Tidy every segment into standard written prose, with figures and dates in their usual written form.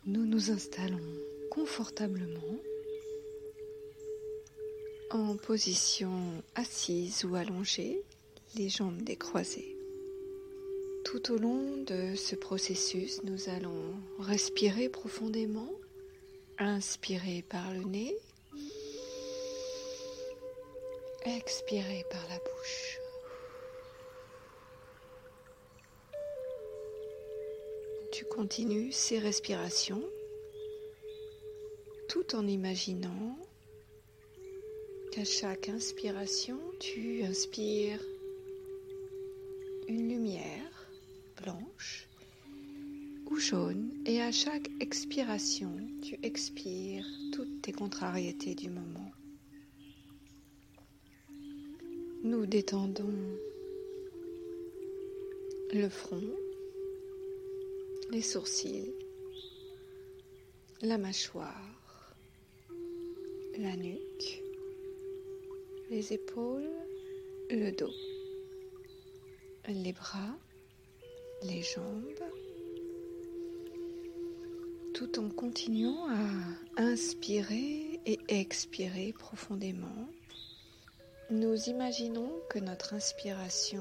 Nous nous installons confortablement en position assise ou allongée, les jambes décroisées. Tout au long de ce processus, nous allons respirer profondément, inspirer par le nez, expirer par la bouche. Tu continues ces respirations tout en imaginant qu'à chaque inspiration, tu inspires une lumière blanche ou jaune et à chaque expiration, tu expires toutes tes contrariétés du moment. Nous détendons le front, les sourcils, la mâchoire, la nuque, les épaules, le dos, les bras, les jambes, tout en continuant à inspirer et expirer profondément. Nous imaginons que notre inspiration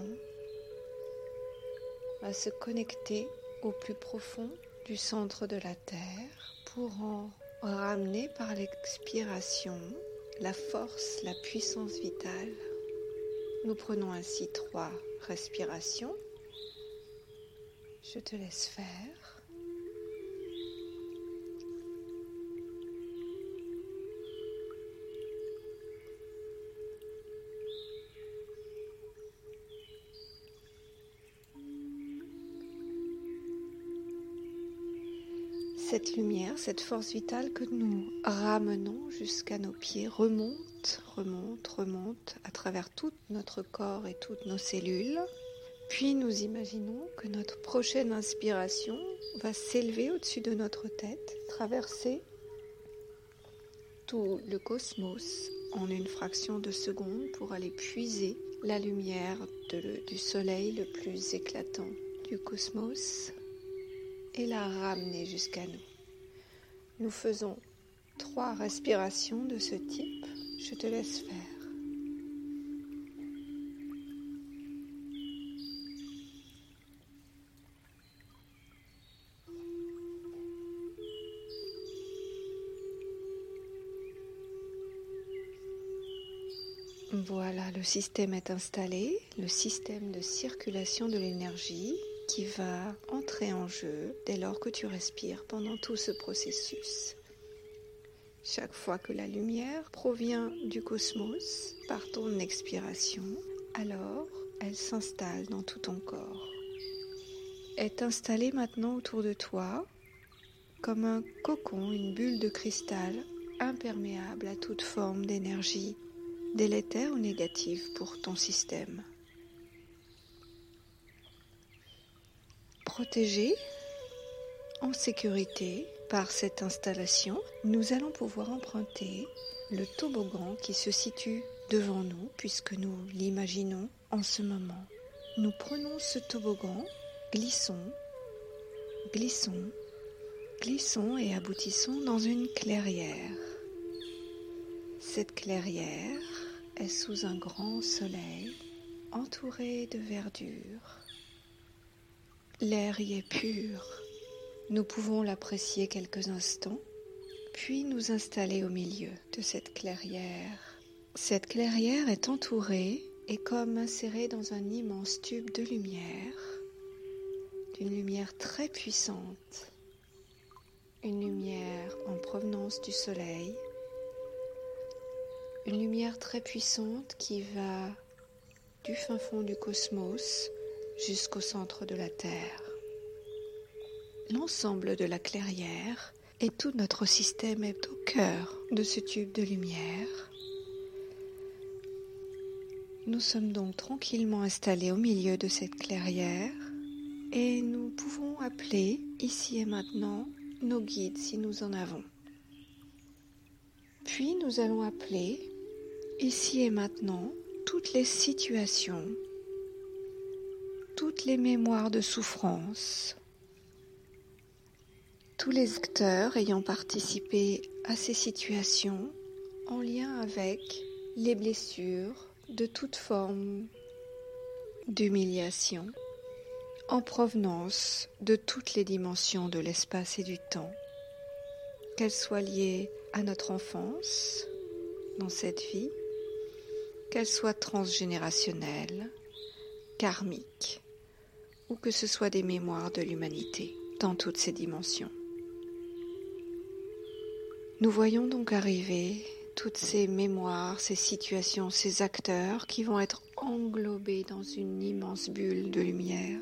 va se connecter au plus profond du centre de la Terre pour en ramener par l'expiration la force, la puissance vitale. Nous prenons ainsi 3 respirations. Je te laisse faire. Cette lumière, cette force vitale que nous ramenons jusqu'à nos pieds remonte à travers tout notre corps et toutes nos cellules. Puis nous imaginons que notre prochaine inspiration va s'élever au-dessus de notre tête, traverser tout le cosmos en une fraction de seconde pour aller puiser la lumière du soleil le plus éclatant du cosmos et la ramener jusqu'à nous. Nous faisons 3 respirations de ce type. Je te laisse faire. Voilà, le système est installé, le système de circulation de l'énergie qui va entrer en jeu dès lors que tu respires pendant tout ce processus. Chaque fois que la lumière provient du cosmos par ton expiration, alors elle s'installe dans tout ton corps. Est installée maintenant autour de toi comme un cocon, une bulle de cristal imperméable à toute forme d'énergie délétère ou négative pour ton système. Protégé, en sécurité par cette installation, nous allons pouvoir emprunter le toboggan qui se situe devant nous puisque nous l'imaginons en ce moment. Nous prenons ce toboggan, glissons et aboutissons dans une clairière. Cette clairière est sous un grand soleil entourée de verdure. L'air y est pur. Nous pouvons l'apprécier quelques instants, puis nous installer au milieu de cette clairière. Cette clairière est entourée et comme insérée dans un immense tube de lumière, d'une lumière très puissante, une lumière en provenance du soleil, une lumière très puissante qui va du fin fond du cosmos jusqu'au centre de la Terre. L'ensemble de la clairière et tout notre système est au cœur de ce tube de lumière. Nous sommes donc tranquillement installés au milieu de cette clairière et nous pouvons appeler ici et maintenant nos guides si nous en avons. Puis nous allons appeler ici et maintenant toutes les situations, toutes les mémoires de souffrance, tous les acteurs ayant participé à ces situations en lien avec les blessures de toute forme d'humiliation en provenance de toutes les dimensions de l'espace et du temps, qu'elles soient liées à notre enfance dans cette vie, qu'elles soient transgénérationnelles, karmiques, ou que ce soit des mémoires de l'humanité dans toutes ces dimensions. Nous voyons donc arriver toutes ces mémoires, ces situations, ces acteurs qui vont être englobés dans une immense bulle de lumière.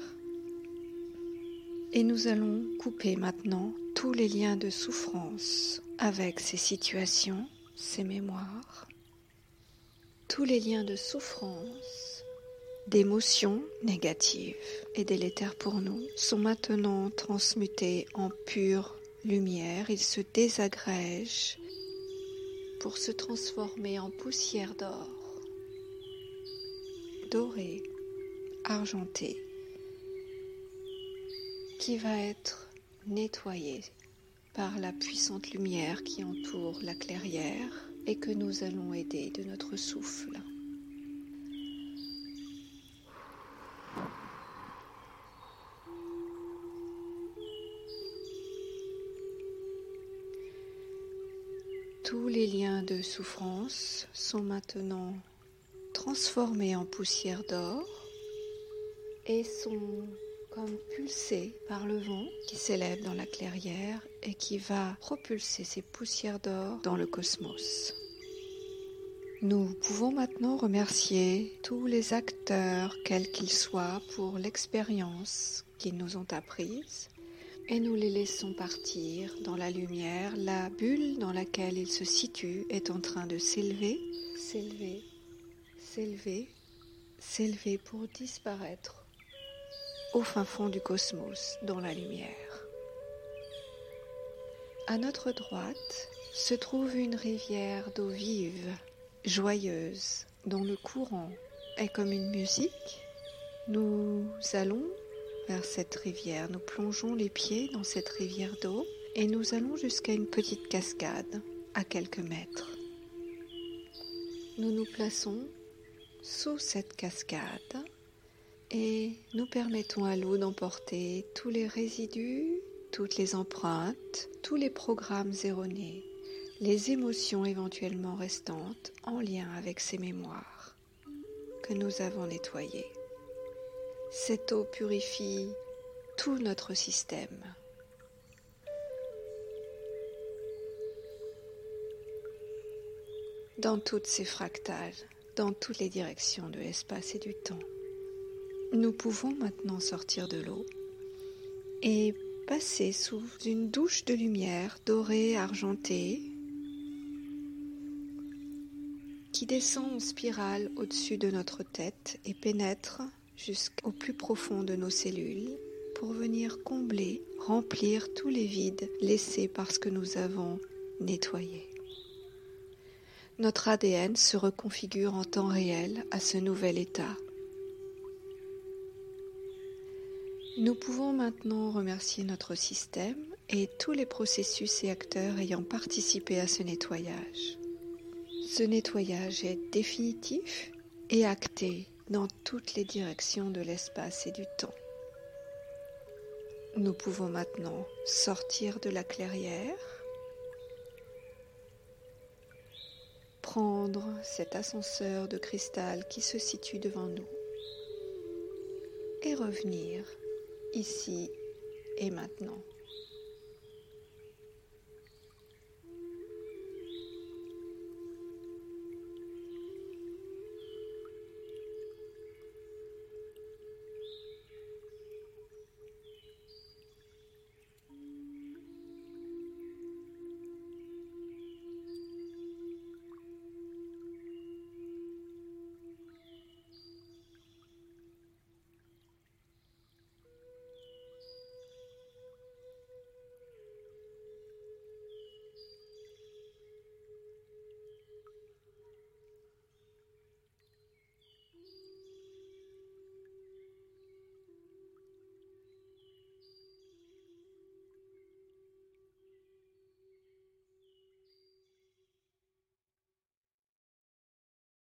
Et nous allons couper maintenant tous les liens de souffrance avec ces situations, ces mémoires, tous les liens de souffrance, d'émotions négatives et délétères pour nous sont maintenant transmutés en pure lumière. Ils se désagrègent pour se transformer en poussière d'or, dorée, argentée, qui va être nettoyée par la puissante lumière qui entoure la clairière et que nous allons aider de notre souffle. Tous les liens de souffrance sont maintenant transformés en poussière d'or et sont comme pulsés par le vent qui s'élève dans la clairière et qui va propulser ces poussières d'or dans le cosmos. Nous pouvons maintenant remercier tous les acteurs, quels qu'ils soient, pour l'expérience qu'ils nous ont apprise. Et nous les laissons partir dans la lumière. La bulle dans laquelle ils se situent est en train de s'élever, s'élever, s'élever, s'élever pour disparaître au fin fond du cosmos, dans la lumière. À notre droite se trouve une rivière d'eau vive, joyeuse, dont le courant est comme une musique. Nous allons vers cette rivière, nous plongeons les pieds dans cette rivière d'eau et nous allons jusqu'à une petite cascade à quelques mètres. Nous nous plaçons sous cette cascade et nous permettons à l'eau d'emporter tous les résidus, toutes les empreintes, tous les programmes erronés, les émotions éventuellement restantes en lien avec ces mémoires que nous avons nettoyées. Cette eau purifie tout notre système. Dans toutes ces fractales, dans toutes les directions de l'espace et du temps. Nous pouvons maintenant sortir de l'eau et passer sous une douche de lumière dorée, argentée, qui descend en spirale au-dessus de notre tête et pénètre jusqu'au plus profond de nos cellules pour venir combler, remplir tous les vides laissés par ce que nous avons nettoyé. Notre ADN se reconfigure en temps réel à ce nouvel état. Nous pouvons maintenant remercier notre système et tous les processus et acteurs ayant participé à ce nettoyage. Ce nettoyage est définitif et acté dans toutes les directions de l'espace et du temps. Nous pouvons maintenant sortir de la clairière, prendre cet ascenseur de cristal qui se situe devant nous et revenir ici et maintenant.